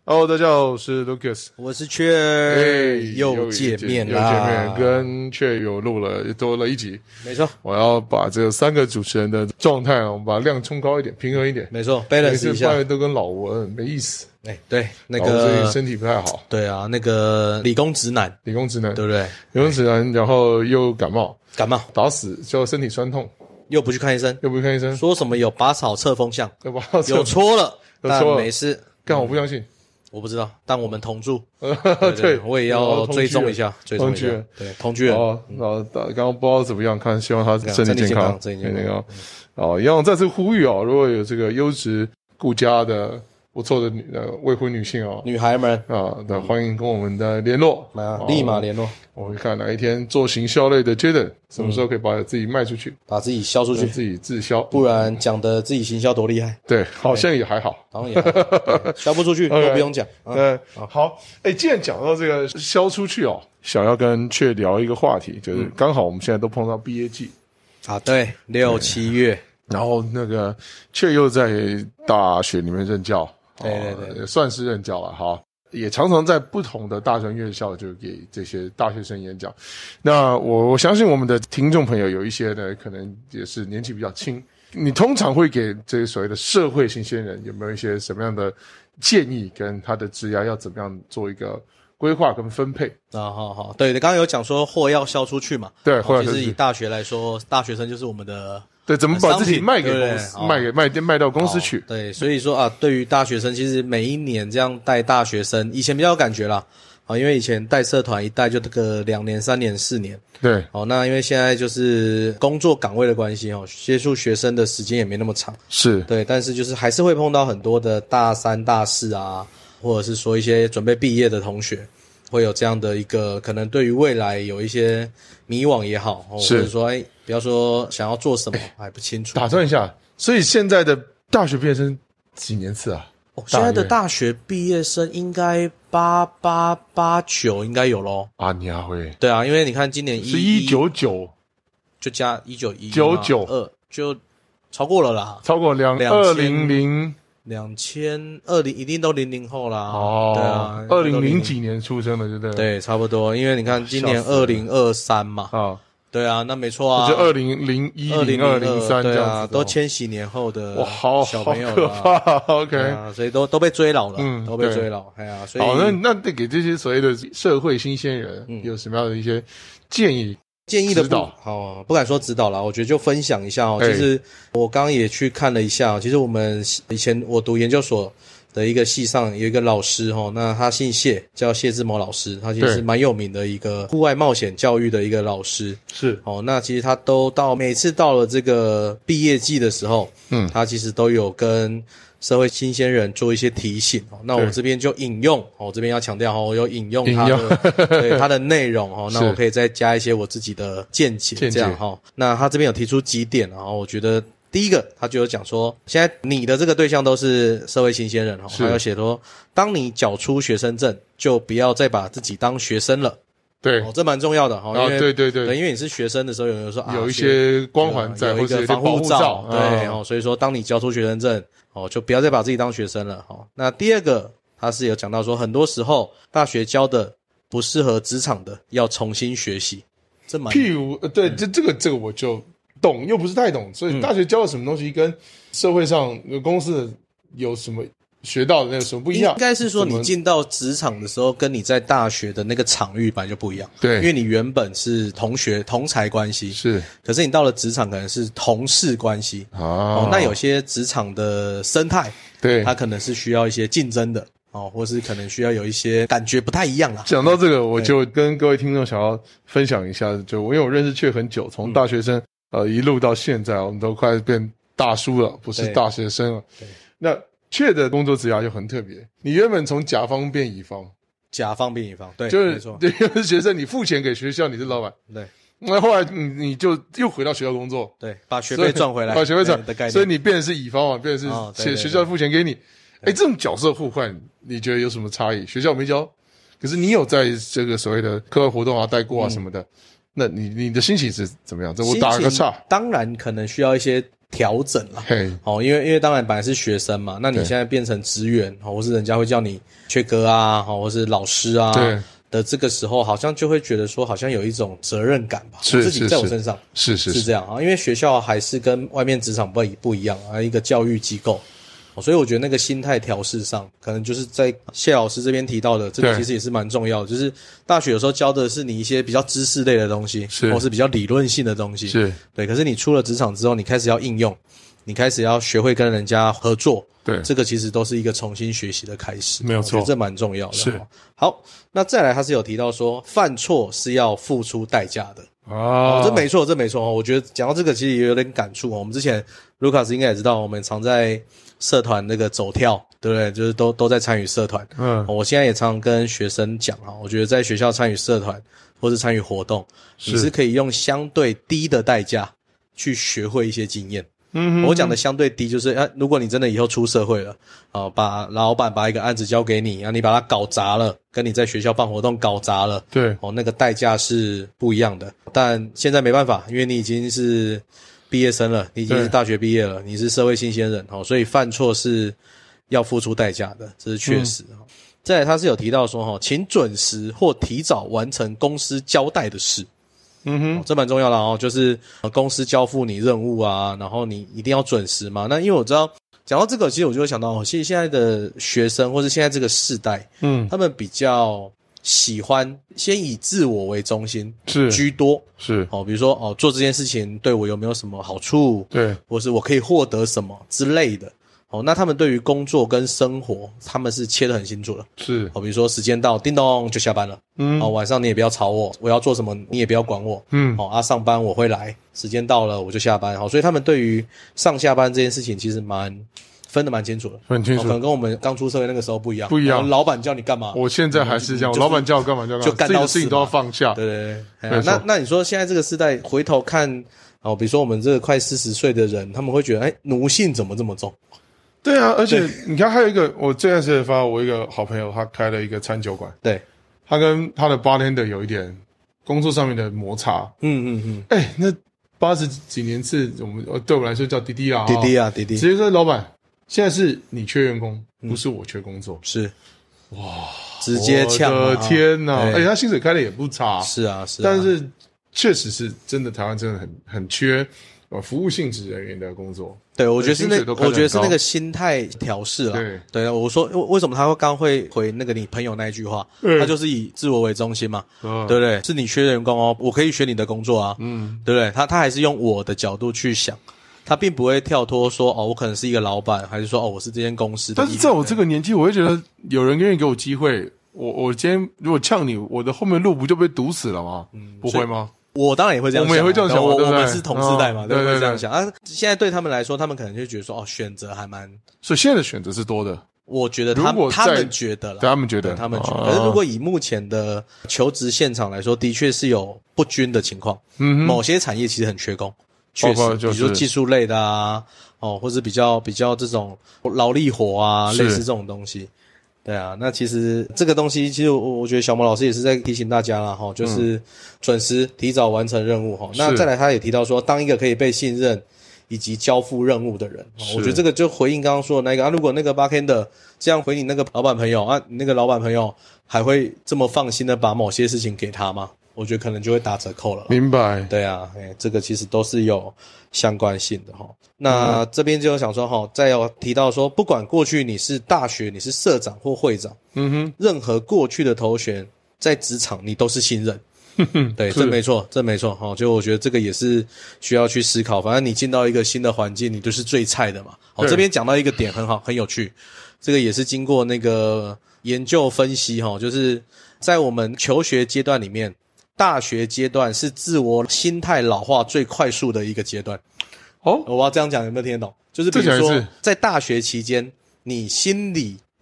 Hello， 大家好，我是 Lucas， 我是雀，又见面啦， 又见面，跟雀有录了，多了一集。 没错， 我要把这三个主持人的状态我们把量冲高一点，平衡一点。 没错 ，balance 一下。 每次都跟老文没意思。 对，那老文最个近身体不太好。 对啊，那个理工直男， 对不对？理工直男，然后又感冒，打死就身体酸痛， 又不去看医生，说什么有拔草测风向，有戳了，但没事。 干，我不相信。 我不知道，但我们同住。 对， 我也要追踪一下， 同居。 对，同居人。 刚刚不知道怎么样，看希望他身体健康，一样再次呼吁如果有这个优质顾家的不错的未婚女性女孩们欢迎跟我们的联络， 立马联络。 我会看哪一天做行销类的 Jaden 什么时候可以把自己卖出去， 把自己销出去， 自己自销， 不然讲的自己行销多厉害。 对，好像也还好， 好像也还好销不出去都不用讲。 好，既然讲到这个销出去想要跟雀聊一个话题，就是刚好我们现在都碰到毕业季对，6、7月， 然后那个雀又在大学里面任教， 对， 算是任教了哈。也常常在不同的大专院校就给这些大学生演讲。那我相信我们的听众朋友有一些呢，可能也是年纪比较轻。你通常会给这些所谓的社会新鲜人有没有一些什么样的建议，跟他的职涯要怎么样做一个规划跟分配？ 好，对，刚刚有讲说货要销出去嘛。 对， 其实以大学来说，大学生就是我们的。 对，怎么把自己卖给公司，卖到公司去？ 对，所以说对于大学生，其实每一年这样带大学生，以前比较有感觉啦，因为以前带社团一带就这个2年、3年、4年。 对， 那因为现在就是工作岗位的关系接触学生的时间也没那么长。 是， 对，但是就是还是会碰到很多的大3、大4或者是说一些准备毕业的同学。会有这样的一个可能对于未来有一些迷惘也好，或者说不要说想要做什么还不清楚。 打断一下，所以现在的大学毕业生几年次啊？ 现在的大学毕业生应该88、89应该有咯。 你还会？ 对啊，因为你看今年是199， 就加191 99 就超过了啦， 超过2020。 2020一定都00后啦。对啊 ，2000几年出生的，对不对？ 对，差不多。因为你看今年2023嘛。对啊，那没错就2001、2003这样子， 都千禧年后的小朋友了。好可怕 ，OK， 所以都被追老了，都被追老。所以好，那得给这些所谓的社会新鲜人有什么样的一些建议的指导？ 不敢说指导啦，我觉得就分享一下其实我刚刚也去看了一下，其实我们以前我读研究所的一个系上有一个老师那他姓谢，叫谢志谋老师，他其实是蛮有名的一个户外冒险教育的一个老师。 是那其实他都每次到了这个毕业季的时候，他其实都有跟社会新鲜人做一些提醒。那我这边就引用我这边要强调我有引用他的对他的内容那我可以再加一些我自己的见解这样那他这边有提出几点我觉得第一个他就有讲说，现在你的这个对象都是社会新鲜人他有写说，当你缴出学生证，就不要再把自己当学生了。 对这蛮重要的对， 因为你是学生的时候，有人说有一些光环在， 有一个防护罩，对所以说当你交出学生证就不要再把自己当学生了那第二个他是有讲到说，很多时候大学教的不适合职场的，要重新学习。 譬如对这个我就懂，又不是太懂，所以大学教的什么东西跟社会上公司有什么学到的那个什么不一样？ 应该是说你进到职场的时候，跟你在大学的那个场域本来就不一样。 对， 因为你原本是同学同才关系， 是， 可是你到了职场可能是同事关系。那有些职场的生态， 对， 它可能是需要一些竞争的或是可能需要有一些感觉不太一样啦。 讲到这个，我就跟各位听众想要分享一下，就因为我认识雀很久，从大学生一路到现在，我们都快变大叔了，不是大学生了。那雀的工作职涯就很特别，你原本从甲方变乙方， 对， 就是没错， 对，学生你付钱给学校，你是老板， 对。 那后来你就又回到学校工作， 对，把学费赚回来， 把学费赚的概念， 所以你变成是乙方嘛，变成是学校付钱给你。这种角色互换，你觉得有什么差异？学校没教，可是你有在这个所谓的课外活动带过什么的，那你的心情是怎么样？这我打个岔。 当然可能需要一些调整啦。 嘿， 因为当然本来是学生嘛，那你现在变成职员，或是人家会叫你缺哥啊，或是老师啊， 对的这个时候，好像就会觉得说，好像有一种责任感吧。 是自己在我身上是这样啊，因为学校还是跟外面职场不一样啊，一个教育机构。所以我觉得那个心态调试上，可能就是在谢老师这边提到的，这个其实也是蛮重要的。就是大学有时候教的是你一些比较知识类的东西，或是比较理论性的东西， 是对。可是你出了职场之后，你开始要应用，你开始要学会跟人家合作， 对， 这个其实都是一个重新学习的开始， 没有错， 这蛮重要的。 是好，那再来他是有提到说，犯错是要付出代价的。这没错。我觉得讲到这个其实也有点感触。我们之前卢卡斯应该也知道，我们常在社团那个走跳，对不对？就是都在参与社团。我现在也常跟学生讲啊，我觉得在学校参与社团或是参与活动，你是可以用相对低的代价去学会一些经验。我讲的相对低就是如果你真的以后出社会了，把老板把一个案子交给你，你把它搞砸了，跟你在学校办活动搞砸了， 对， 那个代价是不一样的。但现在没办法，因为你已经是毕业生了，你已经是大学毕业了，你是社会新鲜人，所以犯错是要付出代价的，这是确实。再来他是有提到说，请准时或提早完成公司交代的事。这蛮重要的就是公司交付你任务啊，然后你一定要准时嘛。那因为我知道讲到这个，其实我就会想到，其实现在的学生或是现在这个世代，他们比较喜欢先以自我为中心居多，是比如说做这件事情对我有没有什么好处，对，或是我可以获得什么之类的。那他们对于工作跟生活，他们是切得很清楚的。是，比如说时间到，叮咚就下班了。晚上你也不要吵我，我要做什么你也不要管我。上班我会来，时间到了我就下班。所以他们对于上下班这件事情其实分得蛮清楚的，很清楚。可能跟我们刚出社会那个时候不一样。老板叫你干嘛？我现在还是这样，老板叫我干嘛就干到事情都要放下。对。那你说现在这个世代回头看，比如说我们这个快40岁的人，他们会觉得，奴性怎么这么重？对啊，而且你看还有一个，我这段时间发现我一个好朋友，他开了一个餐酒馆，对，他跟他的 bartender 有一点工作上面的摩擦，那80几年次，对我们来说叫滴滴啦，滴滴，直接说老板，现在是你缺员工，不是我缺工作，是，哇，直接呛，我的天哪，而且他薪水开的也不差，是啊，但是确实是真的，台湾真的很缺服务性质人员的工作。对，我觉得是那个心态调试啦。对，我说为什么他刚会回那个你朋友那一句话，他就是以自我为中心嘛，对不对？是你缺员工我可以学你的工作啊，对不对？他还是用我的角度去想，他并不会跳脱说我可能是一个老板，还是说我是这间公司的。但是在我这个年纪，我会觉得有人愿意给我机会，我今天如果呛你，我的后面路不就被堵死了吗？不会吗？我当然也会这样想，我们也会这样想，我们是同世代嘛，对不对？这样想现在对他们来说，他们可能就觉得说，选择还蛮，所以现在的选择是多的。我觉得他们觉得啦，他们觉得。可是如果以目前的求职现场来说，的确是有不均的情况。某些产业其实很缺工，确实，比如说技术类的啊，或者比较这种劳力活啊，类似这种东西。对啊，那其实这个东西，其实我觉得小毛老师也是在提醒大家啦，就是准时提早完成任务哈。那再来，他也提到说，当一个可以被信任以及交付任务的人，我觉得这个就回应刚刚说的那个如果那个 bartender 这样回你那个老板朋友你那个老板朋友还会这么放心的把某些事情给他吗？我觉得可能就会打折扣了。明白。对啊，这个其实都是有相关性的哈。那这边就想说再有提到说，不管过去你是大学，你是社长或会长，任何过去的头衔，在职场你都是新人。对，这没错就我觉得这个也是需要去思考。反正你进到一个新的环境，你就是最菜的嘛。这边讲到一个点很好，很有趣，这个也是经过那个研究分析就是在我们求学阶段里面，大学阶段是自我心态老化最快速的一个阶段。我要这样讲有没有听得懂？就是比如说在大学期间，你心里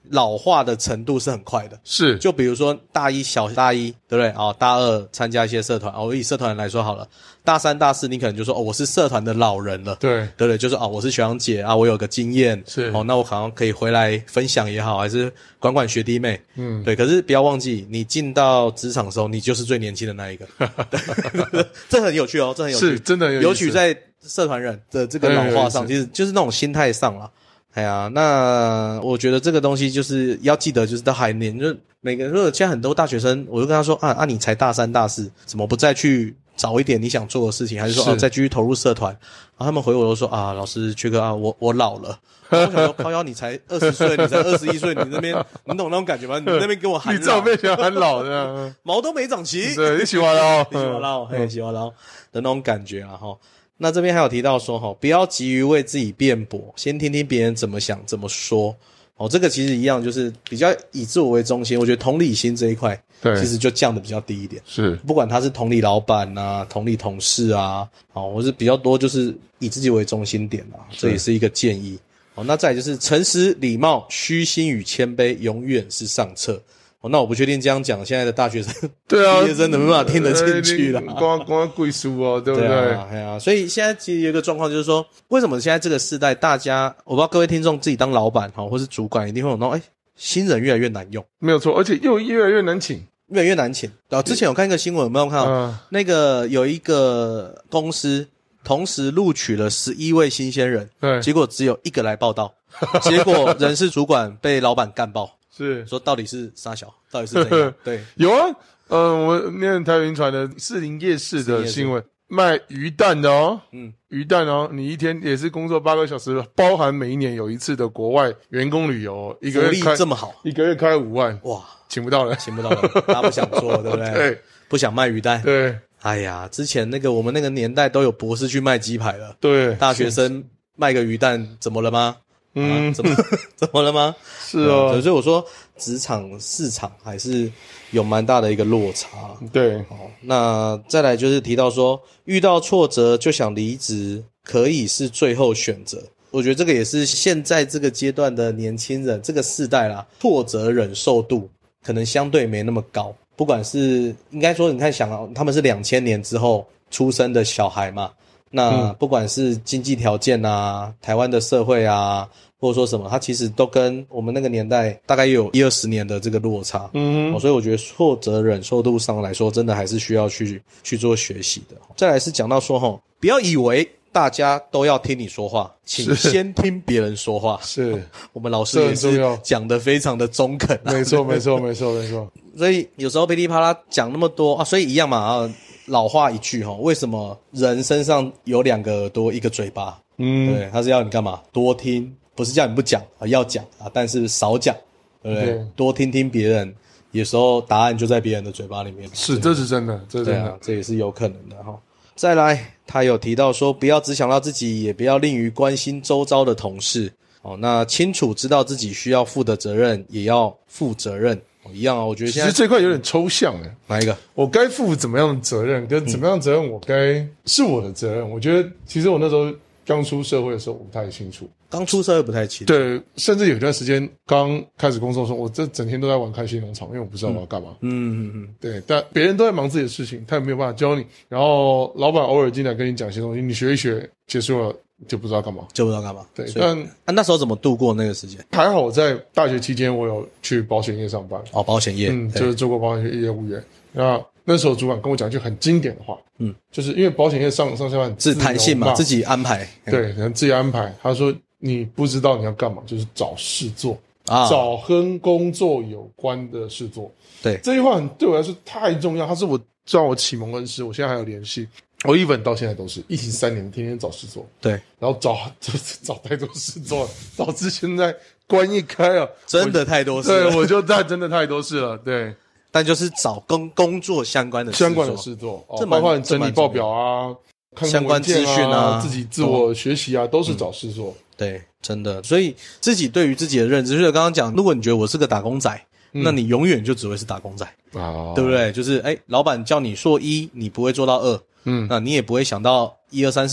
老化的程度是很快的。 是， 就比如说大一小大一，对不对？大二参加一些社团，我以社团来说好了，大三大四你可能就说我是社团的老人了， 对对不对？就是我是学长姐啊，我有个经验， 是那我好像可以回来分享也好，还是管学弟妹，对。可是不要忘记，你进到职场的时候，你就是最年轻的那一个，这很有趣哦，这很有趣， 是真的有意思， 尤其在社团人的这个老化上，其实就是那种心态上啦。哎呀，那我觉得这个东西就是要记得，就是到还年，就是每个人，如果现在很多大学生，我就跟他说你才大三大四，怎么不再去找一点你想做的事情，还是说再继续投入社团？然后他们回我都说老师缺哥我老了。我想说靠腰，你才20岁，你才21岁，你那边你懂那种感觉吗？你那边给我喊老， 你在我面前喊老的， 毛都没长齐。 对，你喜欢捞， 你喜欢捞，嘿，喜欢捞的那种感觉啊齁。那这边还有提到说不要急于为自己辩驳，先听听别人怎么想怎么说。这个其实一样，就是比较以自我为中心。我觉得同理心这一块， 对， 其实就降得比较低一点。 是， 不管他是同理老板啊，同理同事啊，或是比较多就是以自己为中心点啊，这也是一个建议。那再来就是诚实、礼貌、虚心与谦卑，永远是上策。那我不确定这样讲，现在的大学生、 对啊， 毕业生能不能听得进去啦？ 光贵书哦，对不对？ 对啊，所以现在其实有一个状况就是说，为什么现在这个世代，大家我不知道各位听众自己当老板或是主管，一定会有那种新人越来越难用， 没有错，而且又越来越难请， 越来越难请。之前有看一个新闻，有没有看到？那个有一个公司同时录取了11位新鲜人，对，结果只有1个来报到，结果人事主管被老板干爆。是说到底是啥小，到底是怎样？对， 有啊，我念台云传的士林夜市的新闻，卖鱼蛋的哦，鱼蛋哦，你一天也是工作8个小时，包含每一年有一次的国外员工旅游，一个月福利这么好， 一个月开5万，哇，请不到了， 大家不想做，对不对？对，不想卖鱼蛋，对。哎呀，之前我们那个年代都有博士去卖鸡排了，对，大学生卖个鱼蛋怎么了吗？怎么了吗？是哦，所以我说职场市场还是有蛮大的一个落差。对，那再来就是提到说，遇到挫折就想离职，可以是最后选择。我觉得这个也是现在这个阶段的年轻人，这个世代啦，挫折忍受度可能相对没那么高。不管是应该说，你看他们是2000年之后出生的小孩嘛，那不管是经济条件啊，台湾的社会啊，或者说什么，它其实都跟我们那个年代大概有10-20年的这个落差。所以我觉得挫折忍受度上来说，真的还是需要去做学习的。再来是讲到说不要以为大家都要听你说话，请先听别人说话。是，我们老师也是讲得非常的中肯。没错。所以有时候噼里啪啦讲那么多所以一样嘛老话一句为什么人身上有2个耳朵1个嘴巴？对，他是要你干嘛？多听，不是叫你不讲要讲但是少讲，对不对？多听听别人，有时候答案就在别人的嘴巴里面。是，这是真的，这是真的，这也是有可能的再来，他有提到说，不要只想到自己，也不要吝于关心周遭的同事。那清楚知道自己需要负的责任，也要负责任。一样我觉得现在其实这块有点抽象哪一个？我该负怎么样的责任，跟怎么样的责任我该是我的责任？我觉得其实我那时候刚出社会的时候，我不太清楚。刚出社会不太清楚。对，甚至有段时间刚开始工作的时候，我这整天都在玩开心农场，因为我不知道我要干嘛。对，但别人都在忙自己的事情，他也没有办法教你。然后老板偶尔进来跟你讲一些东西，你学一学，结束了就不知道干嘛。对，但那时候怎么度过那个时间？还好我在大学期间，我有去保险业上班。保险业，就是做过保险业业务员。那时候主管跟我讲一句很经典的话，就是因为保险业上下班是弹性嘛，自己安排。对，能自己安排。他说你不知道你要干嘛，就是找事做找跟工作有关的事做。对，这句话对我来说太重要，他是我让我启蒙恩师，我现在还有联系。我even到现在都是疫情3年，天天找事做。对，然后找太多事做，导致现在关一开真的太多事了。对，我就真的太多事了。对。但就是找跟工作相关的事做，包括整理报表啊，看相关资讯啊，自己自我学习啊，都是找事做。对，真的。所以自己对于自己的认知，就是刚刚讲，如果你觉得我是个打工仔，那你永远就只会是打工仔，对不对？就是老板叫你说1，你不会做到2，那你也不会想到1、2、3、4、5，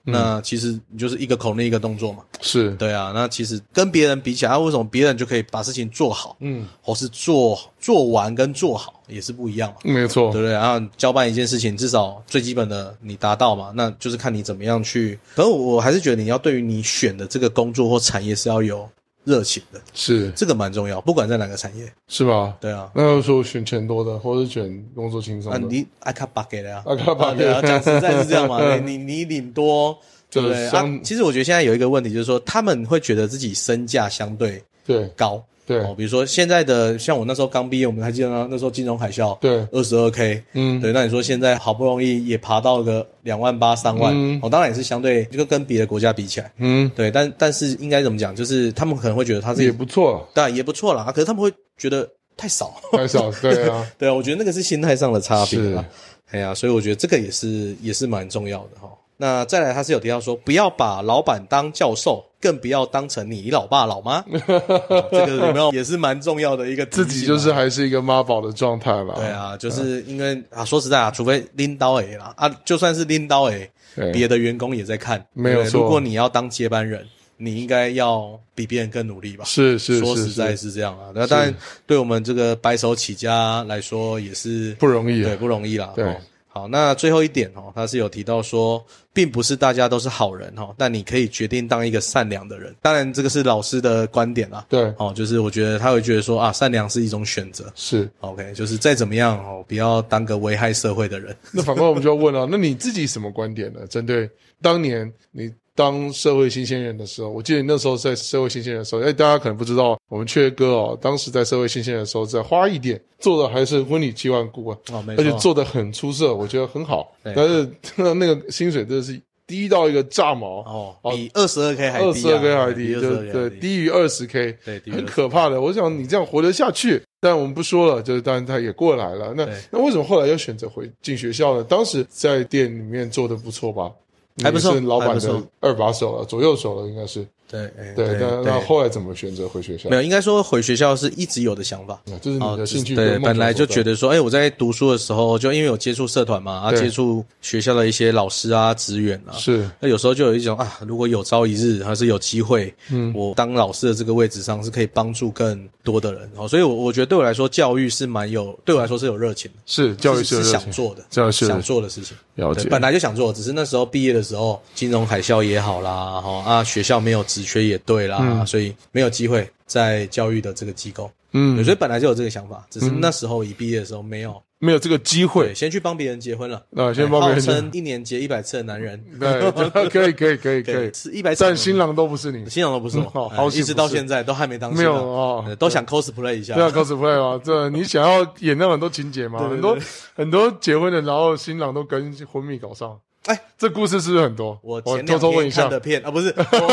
那其实你就是一个口令一个动作嘛。 是， 对啊，那其实跟别人比起来，为什么别人就可以把事情做好，或是做完跟做好也是不一样嘛。 没错， 对不对？然后交办一件事情，至少最基本的你达到嘛，那就是看你怎么样去。可是我还是觉得你要对于你选的这个工作或产业是要有热情的， 是这个蛮重要，不管在哪个产业， 是吧？ 对啊。 那要说选钱多的，或者选工作轻松的， 你爱卡巴给的呀， 爱卡巴给的讲实在是这样嘛，你领多，对不对？其实我觉得现在有一个问题就是说，他们会觉得自己身价相对高。 对， 比如说现在的，像我那时候刚毕业，我们还记得吗？那时候金融海啸， 对 ，22K，对，那你说现在好不容易也爬到个28000、30000，当然也是相对就跟别的国家比起来，对，但是应该怎么讲，就是他们可能会觉得他自己也不错了， 对，也不错啦，可是他们会觉得太少， 对啊， 对啊，我觉得那个是心态上的差别啦，哎呀，所以我觉得这个也是蛮重要的哈。那再来，他是有提到说，不要把老板当教授，更不要当成你老爸老妈。这个有没有也是蛮重要的一个提醒自己就是还是一个妈宝的状态啦。 对啊，就是因为说实在啊，除非拎刀诶啦啊，就算是拎刀诶，别的员工也在看， 没有错。 如果你要当接班人，你应该要比别人更努力吧？ 是， 说实在是这样啊。那当然，对我们这个白手起家来说也是不容易， 对，不容易啦。 对。 好，那最后一点他是有提到说，并不是大家都是好人但你可以决定当一个善良的人。当然，这个是老师的观点啦。 对， 就是我觉得他会觉得说啊，善良是一种选择。 是 ，OK， 就是再怎么样不要当个危害社会的人。 那反过来我们就要问了，那你自己什么观点呢？针对当年你当社会新鲜人的时候，我记得你那时候在社会新鲜人的时候，大家可能不知道，我们雀哥当时在社会新鲜人的时候，在花艺店做的还是婚礼企划顾问，而且做的很出色，我觉得很好。但是那个薪水真的是低到一个炸毛比 22K 还低 ，22K 还低，对，低于 20K， 对， 很可怕的。我想你这样活得下去，但我们不说了，就是当然他也过来了。那为什么后来又选择进学校呢？当时在店里面做的不错吧？ 还不错， 是老板的二把手了，左右手了，应该是。 对， 那后来怎么选择回学校？ 没有，应该说回学校是一直有的想法， 这是你的兴趣。 对，本来就觉得说，我在读书的时候，就因为有接触社团嘛，接触学校的一些老师啊、职员啊， 是。 那有时候就有一种如果有朝一日还是有机会，我当老师的这个位置上是可以帮助更多的人，所以我觉得对我来说，教育是对我来说是有热情的， 是教育是想做的，想做的事情。 了解， 本来就想做，只是那时候毕业的时候，金融海啸也好啦，学校没有职缺也对啦，所以没有机会在教育的这个机构。所以本来就有这个想法，只是那时候一毕业的时候没有这个机会， 先去帮别人结婚了。 先帮别人， 号称1年结100次的男人， 对，可以， 是100次， 但新郎都不是你， 新郎都不是我，好，一直到现在都还没当新郎，都想 cosplay 一下， 对啊 ，cosplay 啊，这你想要演那很多情节吗？很多结婚的，然后新郎都跟婚蜜搞上。这故事是不是很多？ 我前2天看的片不是，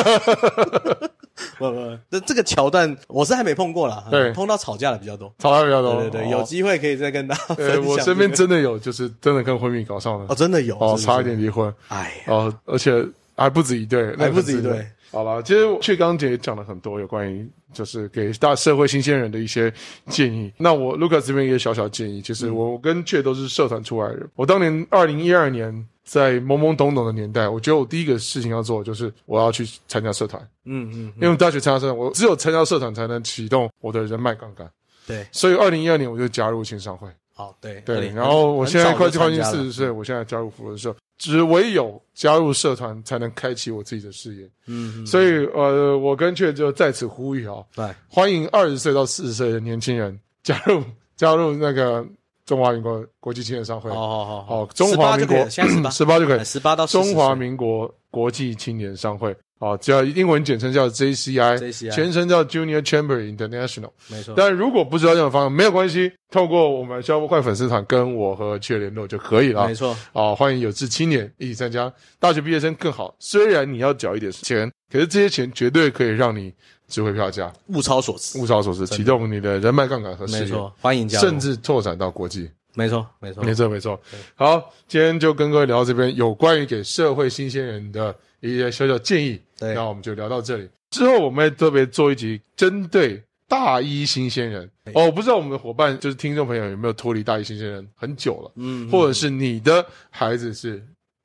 不，这个桥段我是还没碰过啦，碰到吵架的比较多，对，有机会可以再跟大家分享。 我身边真的有，就是真的跟婚蜜搞上了， 真的有， 差一点离婚，而且还不止一对，好了，其实雀刚姐也讲了很多有关于就是给大社会新鲜人的一些建议。那我 Lucas 这边一个小小建议，其实我跟雀都是社团出来的人。我当年2012年在懵懵懂懂的年代，我觉得我第一个事情要做的就是我要去参加社团。因为大学参加社团，我只有参加社团才能启动我的人脉杠杆。 对， 所以2012年我就加入青商会。 对， 然后我现在快近40岁，我现在加入福伦社，只唯有加入社团才能开启我自己的事业。所以我跟雀就在此呼吁欢迎20岁到40岁的年轻人加入那个中华民国国际青年商会。好，中华民国18就可以 ，18到40岁中华民国国际青年商会。叫英文简称叫 JCI， 全称叫 Junior Chamber International。 没错。 但如果不知道这种方法没有关系，透过我们消波快粉丝团跟我和雀联络就可以了。 没错。 欢迎有志青年一起参加，大学毕业生更好。虽然你要缴一点钱，可是这些钱绝对可以让你值回票价， 物超所值， 启动你的人脉杠杆和事业。 没错，欢迎加入， 甚至拓展到国际。 没错。 好，今天就跟各位聊到这边，有关于给社会新鲜人的一些小小建议。 对， 那我们就聊到这里。之后我们会特别做一集针对大一新鲜人。不知道我们的伙伴就是听众朋友有没有脱离大一新鲜人很久了，或者是你的孩子是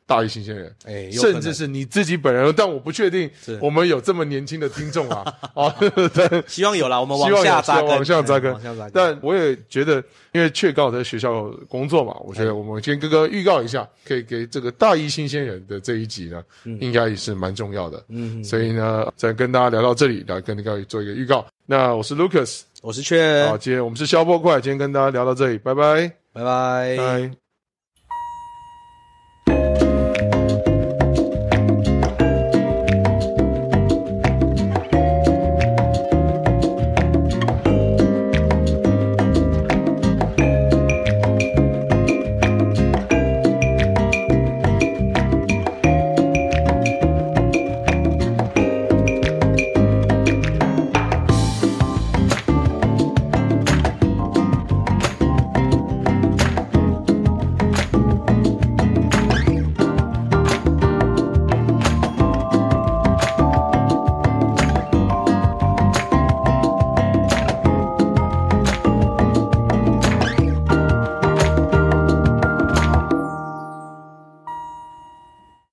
大一新鲜人，甚至是你自己本人，但我不确定我们有这么年轻的听众啊。对， 希望有啦，我们往下扎根， 往下扎根。但我也觉得，因为确告在学校工作嘛，我觉得我们先跟各位预告一下，可以给这个大一新鲜人的这一集呢，应该也是蛮重要的。所以呢，再跟大家聊到这里，来跟各位做一个预告。那我是 Lucas， 我是阙。 好，今天我们是消波快，今天跟大家聊到这里，拜拜， 拜拜。